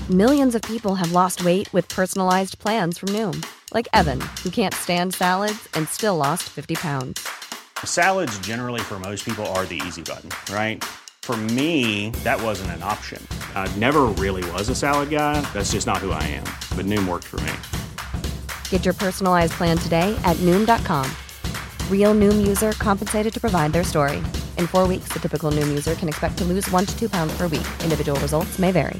Millions of people have lost weight with personalized plans from Noom. Like Evan, who can't stand salads and still lost 50 pounds. Salads generally for most people are the easy button, right? For me, that wasn't an option. I never really was a salad guy. That's just not who I am. But Noom worked for me. Get your personalized plan today at Noom.com. Real Noom user compensated to provide their story. In 4 weeks, the typical Noom user can expect to lose 1 to 2 pounds per week. Individual results may vary.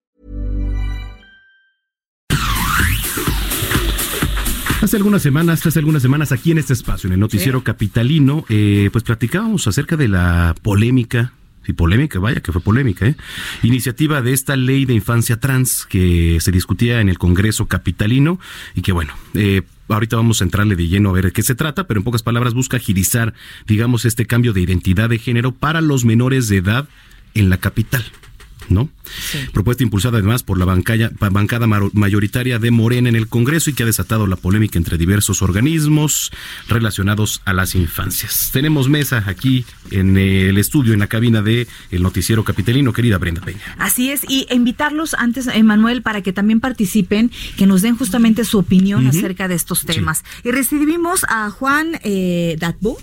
Hace algunas semanas aquí en este espacio, en el Noticiero Capitalino, pues platicábamos acerca de la polémica, vaya que fue polémica, iniciativa de esta ley de infancia trans que se discutía en el Congreso Capitalino y que bueno, ahorita vamos a entrarle de lleno a ver de qué se trata, pero en pocas palabras busca agilizar, digamos, este cambio de identidad de género para los menores de edad en la capital, ¿no? Sí. Propuesta impulsada además por la bancada mayoritaria de Morena en el Congreso y que ha desatado la polémica entre diversos organismos relacionados a las infancias. Tenemos mesa aquí en el estudio, en la cabina de el Noticiero Capitalino, querida Brenda Peña. Así es, y invitarlos antes, Manuel, para que también participen, que nos den justamente su opinión acerca de estos temas. Sí. Y recibimos a Juan Dabdú,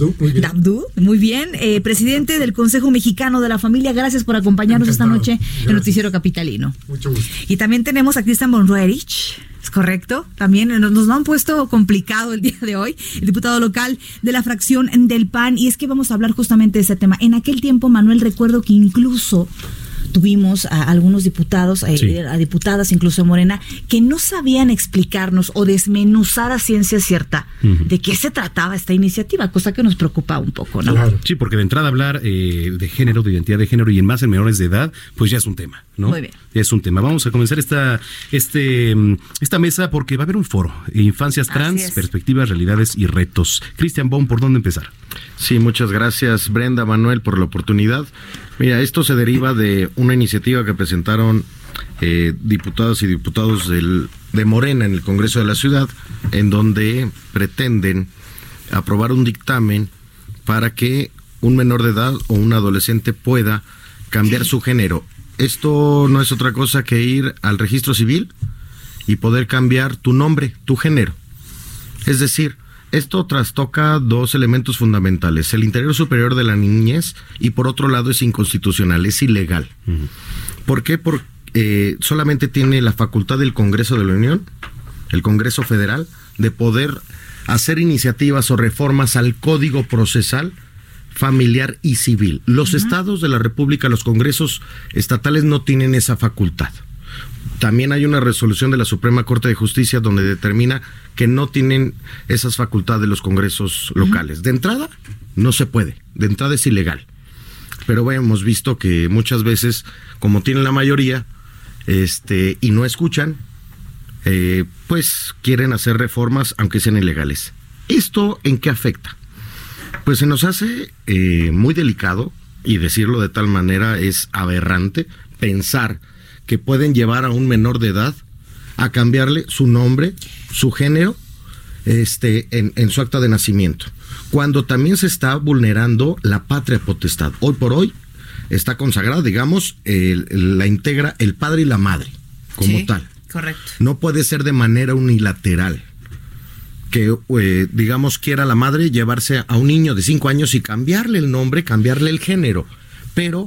muy bien, presidente del Consejo Mexicano de la Familia. Gracias por acompañarnos esta noche en el Noticiero Capitalino. Mucho gusto. Y también tenemos a Cristian von Roerich, ¿es correcto? También nos lo han puesto complicado el día de hoy, el diputado local de la fracción del PAN, y es que vamos a hablar justamente de ese tema. En aquel tiempo, Manuel, recuerdo que incluso tuvimos a algunos diputados, a diputadas incluso de Morena, que no sabían explicarnos o desmenuzar a ciencia cierta de qué se trataba esta iniciativa, cosa que nos preocupa un poco, ¿no? Claro. Sí, porque de entrada hablar de género, de identidad de género y en más en menores de edad, pues ya es un tema, ¿no? Muy bien. Es un tema. Vamos a comenzar esta mesa porque va a haber un foro, Infancias Trans, Perspectivas, Realidades y Retos. Cristian Bon, ¿por dónde empezar? Sí, muchas gracias, Brenda, Manuel, por la oportunidad. Mira, esto se deriva de una iniciativa que presentaron diputadas y diputados de Morena en el Congreso de la Ciudad, en donde pretenden aprobar un dictamen para que un menor de edad o un adolescente pueda cambiar su género. Esto no es otra cosa que ir al registro civil y poder cambiar tu nombre, tu género. Es decir, esto trastoca dos elementos fundamentales: el interés superior de la niñez y por otro lado es inconstitucional, es ilegal. ¿Por qué? Porque solamente tiene la facultad del Congreso de la Unión, el Congreso Federal, de poder hacer iniciativas o reformas al Código Procesal Familiar y Civil. Los estados de la República, los congresos estatales no tienen esa facultad. También hay una resolución de la Suprema Corte de Justicia donde determina que no tienen esas facultades los congresos locales. De entrada, no se puede. De entrada es ilegal. Pero bueno, hemos visto que muchas veces, como tienen la mayoría, y no escuchan, pues quieren hacer reformas aunque sean ilegales. ¿Esto en qué afecta? Pues se nos hace muy delicado, y decirlo de tal manera es aberrante, pensar que pueden llevar a un menor de edad a cambiarle su nombre, su género, en su acta de nacimiento, cuando también se está vulnerando la patria potestad. Hoy por hoy está consagrada, digamos, la integra el padre y la madre, como tal. Correcto. No puede ser de manera unilateral que, digamos, quiera la madre llevarse a un niño de 5 años y cambiarle el nombre, cambiarle el género, pero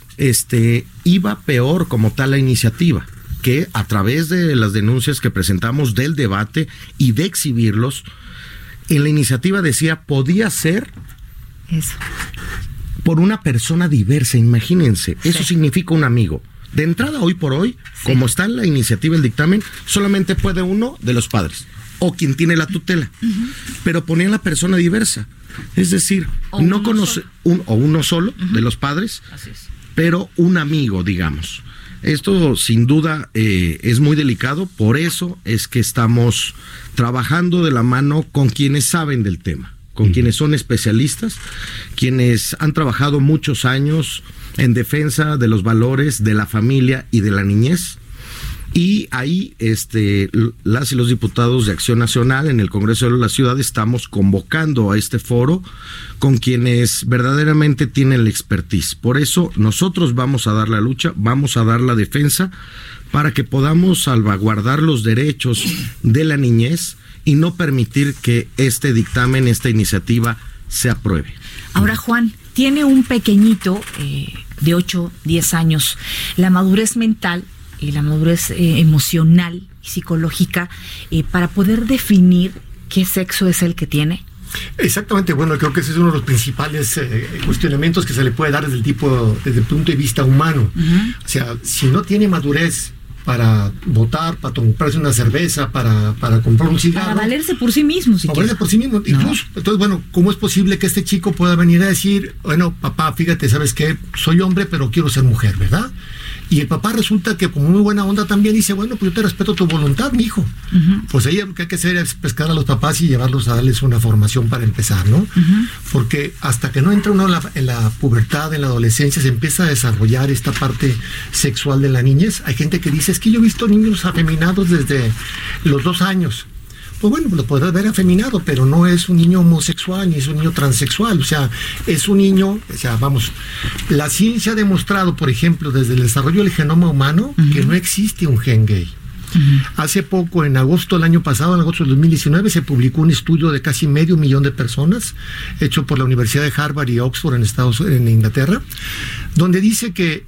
iba peor como tal la iniciativa, que a través de las denuncias que presentamos, del debate y de exhibirlos, en la iniciativa decía, podía ser eso por una persona diversa, imagínense, eso significa un amigo. De entrada, hoy por hoy, como está en la iniciativa, el dictamen, solamente puede uno de los padres, o quien tiene la tutela, pero ponían la persona diversa, es decir, no conoce uno solo de los padres. Así es. Pero un amigo, digamos. Esto sin duda es muy delicado, por eso es que estamos trabajando de la mano con quienes saben del tema, con quienes son especialistas, quienes han trabajado muchos años en defensa de los valores de la familia y de la niñez. Y ahí las y los diputados de Acción Nacional en el Congreso de la Ciudad estamos convocando a este foro con quienes verdaderamente tienen la expertise. Por eso nosotros vamos a dar la lucha, vamos a dar la defensa para que podamos salvaguardar los derechos de la niñez y no permitir que este dictamen, esta iniciativa, se apruebe. Ahora, Juan, tiene un pequeñito de 8, 10 años. La madurez mental y la madurez emocional y psicológica para poder definir qué sexo es el que tiene. Exactamente, bueno, creo que ese es uno de los principales cuestionamientos que se le puede dar desde el punto de vista humano. O sea, si no tiene madurez para votar, para comprarse una cerveza, para comprar un cigarro. Para valerse por sí mismo. Para valerse por sí mismo, incluso. Entonces, bueno, ¿cómo es posible que este chico pueda venir a decir, bueno, papá, fíjate, ¿sabes qué? Soy hombre, pero quiero ser mujer, ¿verdad? Y el papá resulta que con muy buena onda también dice, bueno, pues yo te respeto tu voluntad, mijo. Pues ahí lo que hay que hacer es pescar a los papás y llevarlos a darles una formación para empezar, ¿no? Porque hasta que no entra uno en la pubertad, en la adolescencia, se empieza a desarrollar esta parte sexual de la niñez. Hay gente que dice, es que yo he visto niños afeminados desde los 2 años. Pues bueno, lo podrás ver afeminado, pero no es un niño homosexual ni es un niño transexual, o sea, es un niño, o sea, vamos, la ciencia ha demostrado, por ejemplo, desde el desarrollo del genoma humano, que no existe un gen gay. Hace poco, en agosto del año pasado, en agosto del 2019, se publicó un estudio de casi 500,000 de personas, hecho por la Universidad de Harvard y Oxford en Inglaterra, donde dice que,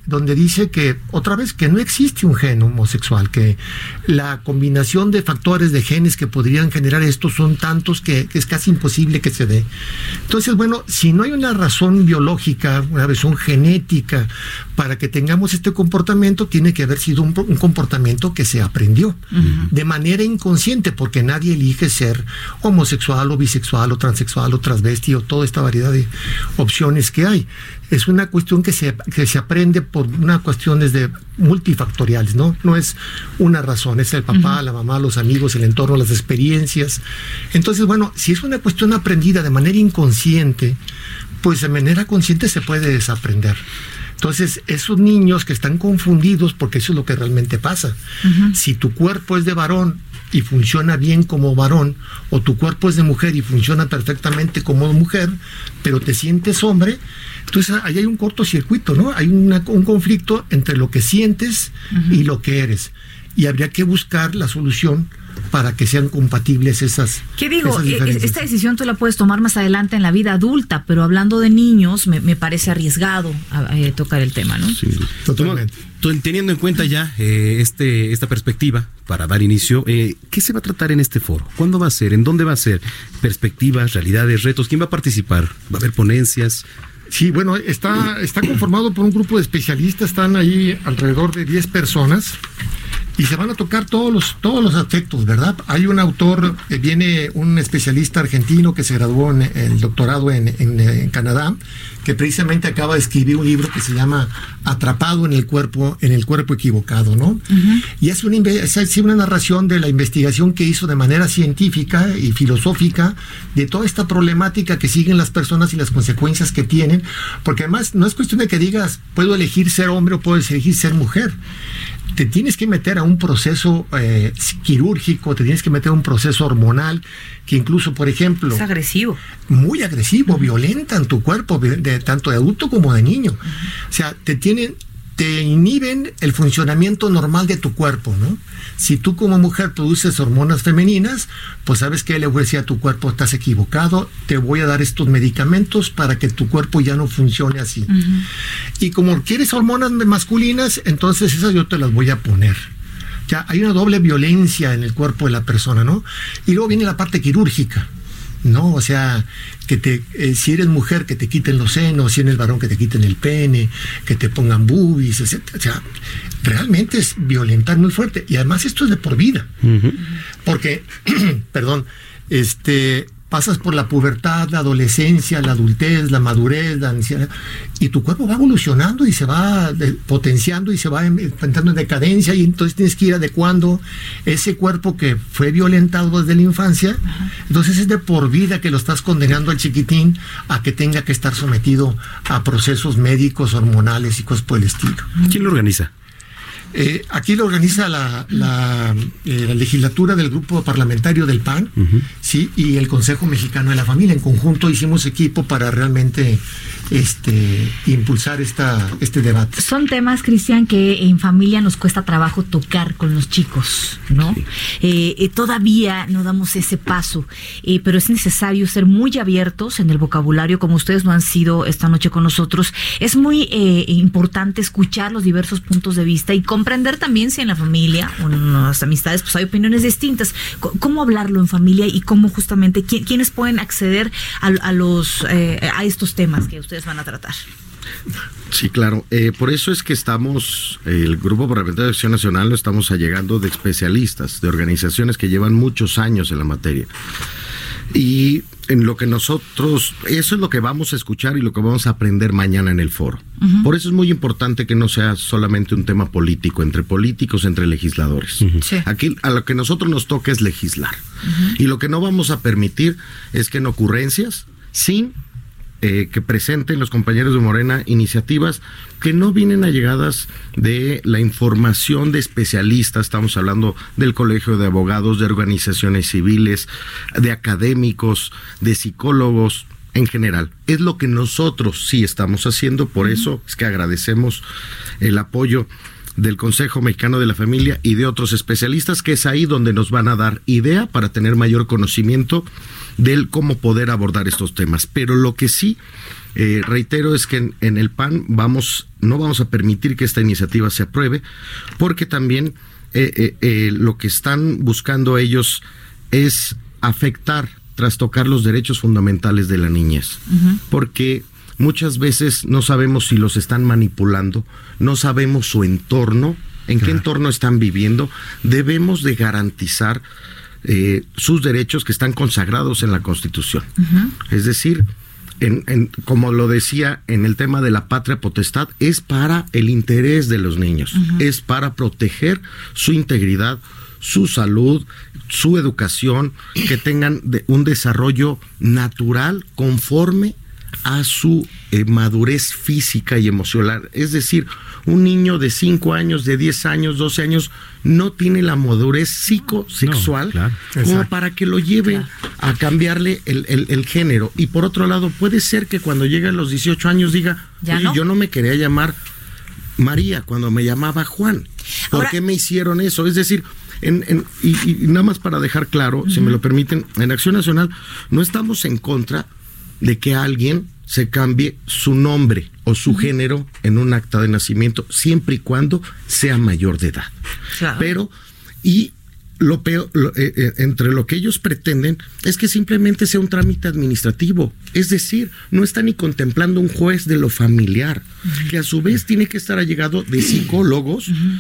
otra vez, que no existe un gen homosexual, que la combinación de factores de genes que podrían generar esto son tantos que es casi imposible que se dé. Entonces, bueno, si no hay una razón biológica, una razón genética para que tengamos este comportamiento, tiene que haber sido un comportamiento que se aprendió de manera inconsciente, porque nadie elige ser homosexual o bisexual o transexual o transvesti o toda esta variedad de opciones que hay. Es una cuestión que se aprende por una cuestiones de multifactoriales, ¿no? No es una razón, es el papá, la mamá, los amigos, el entorno, las experiencias. Entonces, bueno, si es una cuestión aprendida de manera inconsciente, pues de manera consciente se puede desaprender. Entonces, esos niños que están confundidos, porque eso es lo que realmente pasa. Si tu cuerpo es de varón y funciona bien como varón, o tu cuerpo es de mujer y funciona perfectamente como mujer, pero te sientes hombre, entonces ahí hay un cortocircuito, ¿no? Hay un conflicto entre lo que sientes y lo que eres. Y habría que buscar la solución para que sean compatibles esas. ¿Qué digo? Esta decisión tú la puedes tomar más adelante en la vida adulta, pero hablando de niños, me parece arriesgado tocar el tema, ¿no? Sí, totalmente. Teniendo en cuenta ya esta perspectiva para dar inicio, ¿qué se va a tratar en este foro? ¿Cuándo va a ser? ¿En dónde va a ser? ¿Perspectivas, realidades, retos? ¿Quién va a participar? ¿Va a haber ponencias? Sí, bueno, está conformado por un grupo de especialistas, están ahí alrededor de 10 personas. Y se van a tocar todos los aspectos, ¿verdad? Hay un autor, viene un especialista argentino que se graduó en el doctorado en Canadá, que precisamente acaba de escribir un libro que se llama Atrapado en el cuerpo equivocado, ¿no? Y es una narración de la investigación que hizo de manera científica y filosófica de toda esta problemática que siguen las personas y las consecuencias que tienen, porque además no es cuestión de que digas, puedo elegir ser hombre o puedo elegir ser mujer. Te tienes que meter a un proceso quirúrgico, te tienes que meter a un proceso hormonal que incluso, por ejemplo... Es agresivo. Muy agresivo, violentan tu cuerpo, tanto de adulto como de niño. O sea, te inhiben el funcionamiento normal de tu cuerpo, ¿no? Si tú como mujer produces hormonas femeninas, pues sabes que le voy a decir a tu cuerpo, estás equivocado, te voy a dar estos medicamentos para que tu cuerpo ya no funcione así. Y como quieres hormonas masculinas, entonces esas yo te las voy a poner. Ya hay una doble violencia en el cuerpo de la persona, ¿no? Y luego viene la parte quirúrgica, ¿no? O sea, que si eres mujer, que te quiten los senos, si eres varón, que te quiten el pene, que te pongan boobies, etc. O sea, realmente es violentar muy fuerte. Y además esto es de por vida. Porque, perdón, pasas por la pubertad, la adolescencia, la adultez, la madurez, la ancianidad, y tu cuerpo va evolucionando y se va potenciando y se va entrando en decadencia, y entonces tienes que ir adecuando ese cuerpo que fue violentado desde la infancia. Entonces es de por vida que lo estás condenando al chiquitín a que tenga que estar sometido a procesos médicos, hormonales y cosas por el estilo. ¿Quién lo organiza? Aquí lo organiza la legislatura del grupo parlamentario del PAN, sí, y el Consejo Mexicano de la Familia. En conjunto hicimos equipo para realmente impulsar este debate. Son temas, Cristian, que en familia nos cuesta trabajo tocar con los chicos, ¿no? Sí. Todavía no damos ese paso, pero es necesario ser muy abiertos en el vocabulario, como ustedes lo han sido esta noche con nosotros. Es muy importante escuchar los diversos puntos de vista y comprender también si en la familia o en las amistades pues hay opiniones distintas. ¿Cómo hablarlo en familia y cómo justamente quiénes pueden acceder a estos temas que ustedes van a tratar? Sí, claro. Por eso es que el Grupo Parlamentario de Acción Nacional lo estamos allegando de especialistas, de organizaciones que llevan muchos años en la materia. Y en lo que eso es lo que vamos a escuchar y lo que vamos a aprender mañana en el foro. Uh-huh. Por eso es muy importante que no sea solamente un tema político, entre políticos, entre legisladores. Uh-huh. Sí. Aquí a lo que nosotros nos toca es legislar. Uh-huh. Y lo que no vamos a permitir es que en ocurrencias, sin que presenten los compañeros de Morena iniciativas que no vienen allegadas de la información de especialistas. Estamos hablando del Colegio de Abogados, de organizaciones civiles, de académicos, de psicólogos en general. Es lo que nosotros sí estamos haciendo, por eso es que agradecemos el apoyo del Consejo Mexicano de la Familia y de otros especialistas, que es ahí donde nos van a dar idea para tener mayor conocimiento del cómo poder abordar estos temas. Pero lo que sí reitero es que en el PAN no vamos a permitir que esta iniciativa se apruebe, porque también lo que están buscando ellos es afectar, trastocar los derechos fundamentales de la niñez. Uh-huh. Porque muchas veces no sabemos si los están manipulando, no sabemos su entorno, en qué entorno están viviendo. Debemos de garantizar sus derechos que están consagrados en la Constitución. Uh-huh. Es decir, como lo decía en el tema de la patria potestad, es para el interés de los niños, uh-huh. Es para proteger su integridad, su salud, su educación, que tengan un desarrollo natural conforme a su madurez física y emocional. Es decir, un niño de 5 años, de 10 años, 12 años, no tiene la madurez psicosexual como para que lo lleven a cambiarle el género. Y por otro lado, puede ser que cuando llegue a los 18 años diga, yo no me quería llamar María cuando me llamaba Juan. ¿Por qué me hicieron eso? Es decir, y nada más para dejar claro, uh-huh. Si me lo permiten, en Acción Nacional no estamos en contra de que alguien se cambie su nombre o su uh-huh. género en un acta de nacimiento, siempre y cuando sea mayor de edad. Claro. Pero, y lo peor, entre lo que ellos pretenden es que simplemente sea un trámite administrativo. Es decir, no está ni contemplando un juez de lo familiar, uh-huh. que a su vez tiene que estar allegado de psicólogos, uh-huh.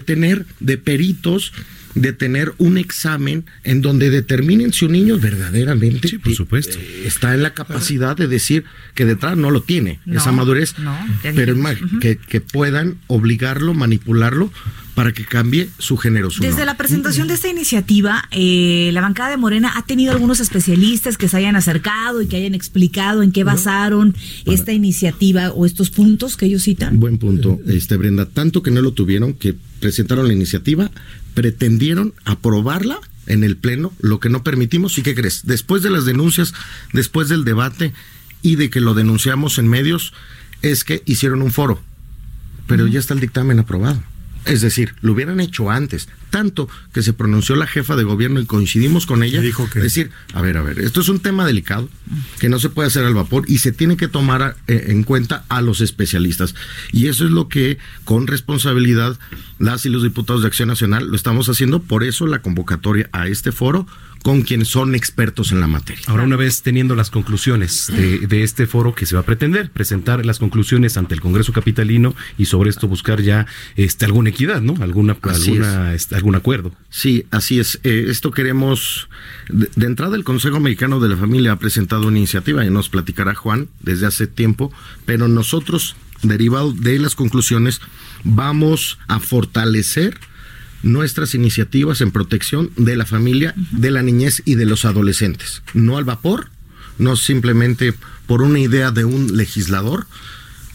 de peritos, de tener un examen en donde determinen si un niño verdaderamente por supuesto. Está en la capacidad de decir que detrás no lo tiene, esa madurez, pero uh-huh. que puedan obligarlo, manipularlo para que cambie su género. Desde la presentación de esta iniciativa, la bancada de Morena ha tenido algunos especialistas que se hayan acercado y que hayan explicado en qué basaron esta iniciativa o estos puntos que ellos citan. Buen punto, Brenda. Tanto que no lo tuvieron, que presentaron la iniciativa, pretendieron aprobarla en el Pleno, lo que no permitimos. ¿Y qué crees? Después de las denuncias, después del debate y de que lo denunciamos en medios, es que hicieron un foro, pero ya está el dictamen aprobado. Es decir, lo hubieran hecho antes, tanto que se pronunció la jefa de gobierno y coincidimos con ella. Dijo que... decir, a ver, esto es un tema delicado, que no se puede hacer al vapor y se tiene que tomar en cuenta a los especialistas. Y eso es lo que, con responsabilidad, las y los diputados de Acción Nacional lo estamos haciendo. Por eso la convocatoria a este foro con quienes son expertos en la materia. Ahora, una vez teniendo las conclusiones de este foro que se va a pretender, presentar las conclusiones ante el Congreso Capitalino y sobre esto buscar ya alguna equidad, ¿no? Algún acuerdo. Sí, así es. Esto queremos... De entrada, el Consejo Mexicano de la Familia ha presentado una iniciativa y nos platicará Juan desde hace tiempo, pero nosotros, derivado de las conclusiones, vamos a fortalecer nuestras iniciativas en protección de la familia, uh-huh. de la niñez y de los adolescentes. No al vapor, no simplemente por una idea de un legislador,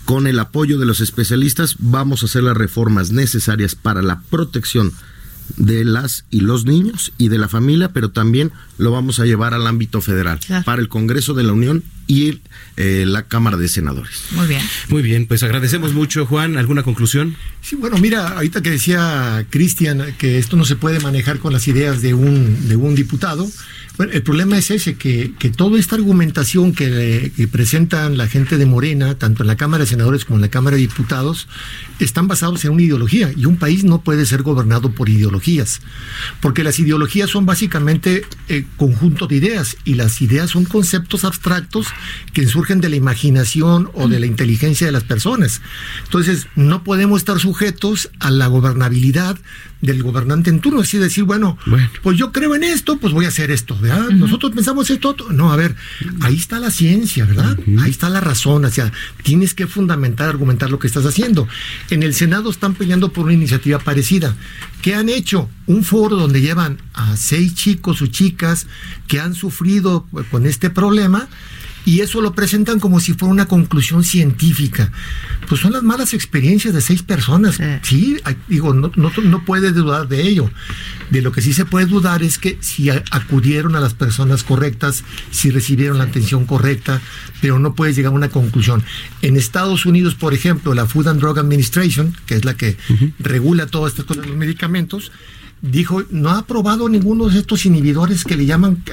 con el apoyo de los especialistas, vamos a hacer las reformas necesarias para la protección de las y los niños y de la familia, pero también lo vamos a llevar al ámbito federal, claro, para el Congreso de la Unión y la Cámara de Senadores. Muy bien. Muy bien, pues agradecemos mucho, Juan. ¿Alguna conclusión? Sí, bueno, mira, ahorita que decía Cristian que esto no se puede manejar con las ideas de un diputado. Bueno, el problema es ese, que toda esta argumentación que presentan la gente de Morena, tanto en la Cámara de Senadores como en la Cámara de Diputados, están basados en una ideología, y un país no puede ser gobernado por ideologías, porque las ideologías son básicamente conjunto de ideas, y las ideas son conceptos abstractos que surgen de la imaginación o de la inteligencia de las personas. Entonces, no podemos estar sujetos a la gobernabilidad del gobernante en turno, así decir, bueno, pues yo creo en esto, pues voy a hacer esto, ¿verdad? Nosotros pensamos esto, no, a ver, ahí está la ciencia, ¿verdad? Ahí está la razón, o sea, tienes que fundamentar, argumentar lo que estás haciendo. En el Senado están peleando por una iniciativa parecida. ¿Qué han hecho? Un foro donde llevan a 6 chicos o chicas que han sufrido con este problema, y eso lo presentan como si fuera una conclusión científica. Pues son las malas experiencias de 6 personas. Sí, digo, no puede dudar de ello. De lo que sí se puede dudar es que si acudieron a las personas correctas, si recibieron la atención correcta, pero no puedes llegar a una conclusión. En Estados Unidos, por ejemplo, la Food and Drug Administration, que es la que regula todas estas cosas de los medicamentos, dijo, no ha aprobado ninguno de estos inhibidores que le llaman,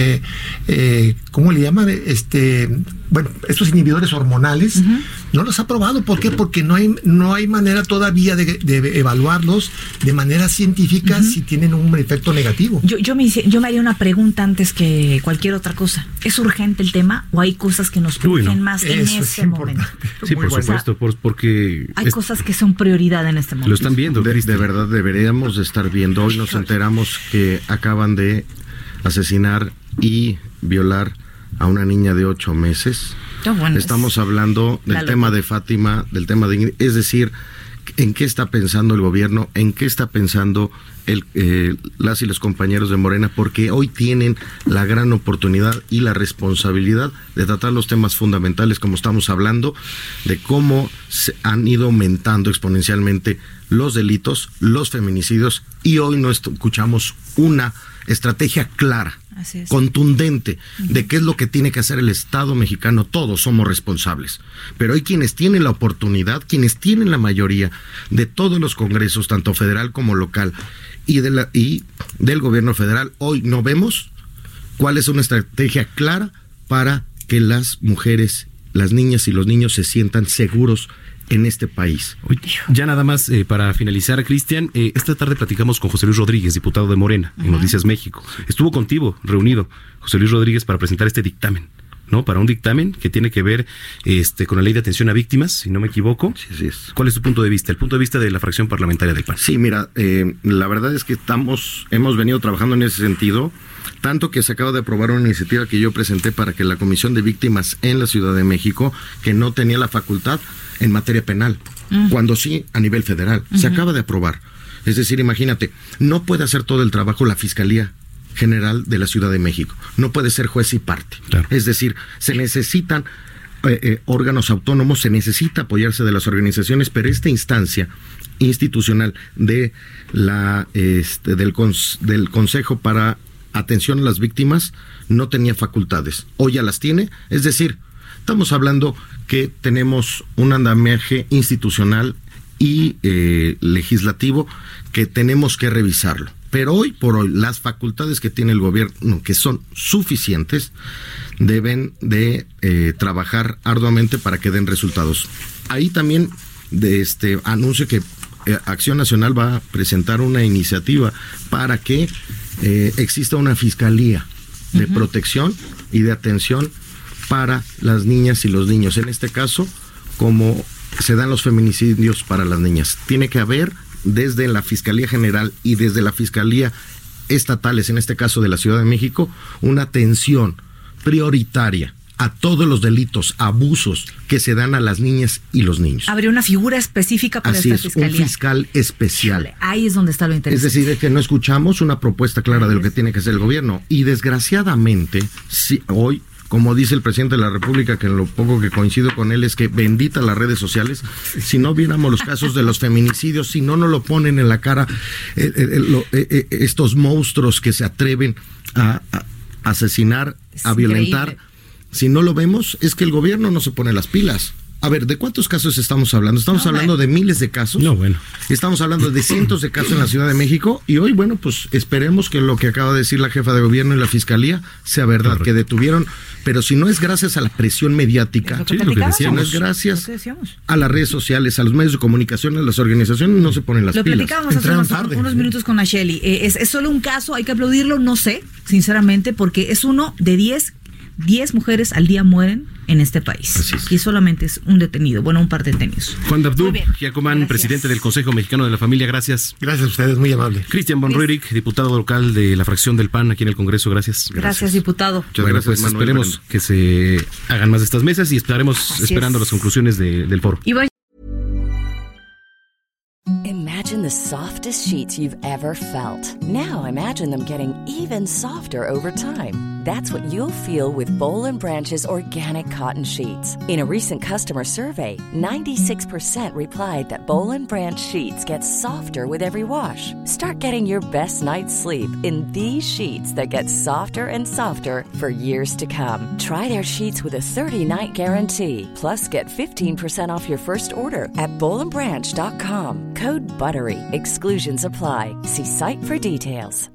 ¿cómo le llaman? Bueno, estos inhibidores hormonales, no los ha aprobado. ¿Por qué? Porque no hay manera todavía de evaluarlos de manera científica si tienen un efecto negativo. Yo me haría una pregunta antes que cualquier otra cosa. ¿Es urgente el tema o hay cosas que nos urgen más en este momento? Sí, por supuesto, porque hay cosas que son prioridad en este momento. Lo están viendo. De verdad deberíamos estar viendo. Hoy nos enteramos que acaban de asesinar y violar a una niña de 8 meses. Estamos hablando del tema de Fátima, del tema de Ingrid. Es decir, ¿en qué está pensando el gobierno? ¿En qué está pensando las y los compañeros de Morena? Porque hoy tienen la gran oportunidad y la responsabilidad de tratar los temas fundamentales, como estamos hablando, de cómo se han ido aumentando exponencialmente los delitos, los feminicidios, y hoy no escuchamos una estrategia clara, contundente, de qué es lo que tiene que hacer el Estado mexicano. Todos somos responsables, pero hay quienes tienen la oportunidad, quienes tienen la mayoría de todos los congresos, tanto federal como local, y del gobierno federal. Hoy no vemos cuál es una estrategia clara para que las mujeres, las niñas y los niños se sientan seguros en este país. Ya nada más para finalizar, Cristian, esta tarde platicamos con José Luis Rodríguez, diputado de Morena, en Noticias México. Estuvo contigo reunido José Luis Rodríguez para presentar este dictamen, ¿no? Para un dictamen que tiene que ver con la ley de atención a víctimas, si no me equivoco. Sí, así es. ¿Cuál es tu punto de vista? El punto de vista de la fracción parlamentaria del PAN. Sí, mira, la verdad es que hemos venido trabajando en ese sentido, tanto que se acaba de aprobar una iniciativa que yo presenté para que la Comisión de Víctimas en la Ciudad de México, que no tenía la facultad en materia penal, cuando sí a nivel federal, se acaba de aprobar. Es decir, imagínate, no puede hacer todo el trabajo la Fiscalía General de la Ciudad de México, no puede ser juez y parte. Claro. Es decir, se necesitan órganos autónomos, se necesita apoyarse de las organizaciones, pero esta instancia institucional de del Consejo para Atención a las Víctimas no tenía facultades, hoy ya las tiene. Es decir, estamos hablando que tenemos un andamiaje institucional y legislativo que tenemos que revisarlo. Pero hoy por hoy, las facultades que tiene el gobierno, que son suficientes, deben de trabajar arduamente para que den resultados. Ahí también anuncio que Acción Nacional va a presentar una iniciativa para que exista una fiscalía de protección y de atención para las niñas y los niños. En este caso, como se dan los feminicidios para las niñas, tiene que haber desde la Fiscalía General y desde la Fiscalía estatales, en este caso de la Ciudad de México, una atención prioritaria a todos los delitos, abusos que se dan a las niñas y los niños. Habría una figura específica para esta fiscalía. Un fiscal especial. Ahí es donde está lo interesante. Es decir, es que no escuchamos una propuesta clara de lo que tiene que hacer el gobierno. Y desgraciadamente, hoy como dice el presidente de la República, que en lo poco que coincido con él es que bendita las redes sociales. Si no viéramos los casos de los feminicidios, si no nos lo ponen en la cara estos monstruos que se atreven a asesinar, a violentar, si no lo vemos, es que el gobierno no se pone las pilas. A ver, ¿de cuántos casos estamos hablando? Estamos hablando de miles de casos. No, bueno. Estamos hablando de cientos de casos en la Ciudad de México y hoy, bueno, pues esperemos que lo que acaba de decir la jefa de gobierno y la fiscalía sea verdad, correcto, que detuvieron, pero si no es gracias a la presión mediática, lo que decíamos, si no es gracias a las redes sociales, a los medios de comunicación, a las organizaciones, no se ponen las pilas. Lo platicábamos hace unos minutos con Nacheli. ¿Es solo un caso? ¿Hay que aplaudirlo? No sé, sinceramente, porque es uno de 10 mujeres al día mueren en este país. Y solamente es un detenido, un par de detenidos. Juan Dabdub Giacomán, presidente del Consejo Mexicano de la Familia, gracias. Gracias a ustedes, muy amable. Cristian von Roerich, diputado local de la fracción del PAN aquí en el Congreso, gracias. Gracias, diputado. Muchas gracias, pues Manuel, esperemos que se hagan más de estas mesas y estaremos esperando las conclusiones del foro. Imagine the softest sheets you've ever felt. Now imagine them getting even softer over time. That's what you'll feel with Boll & Branch's organic cotton sheets. In a recent customer survey, 96% replied that Boll & Branch sheets get softer with every wash. Start getting your best night's sleep in these sheets that get softer and softer for years to come. Try their sheets with a 30-night guarantee. Plus, get 15% off your first order at bollandbranch.com. Code BUTTERY. Exclusions apply. See site for details.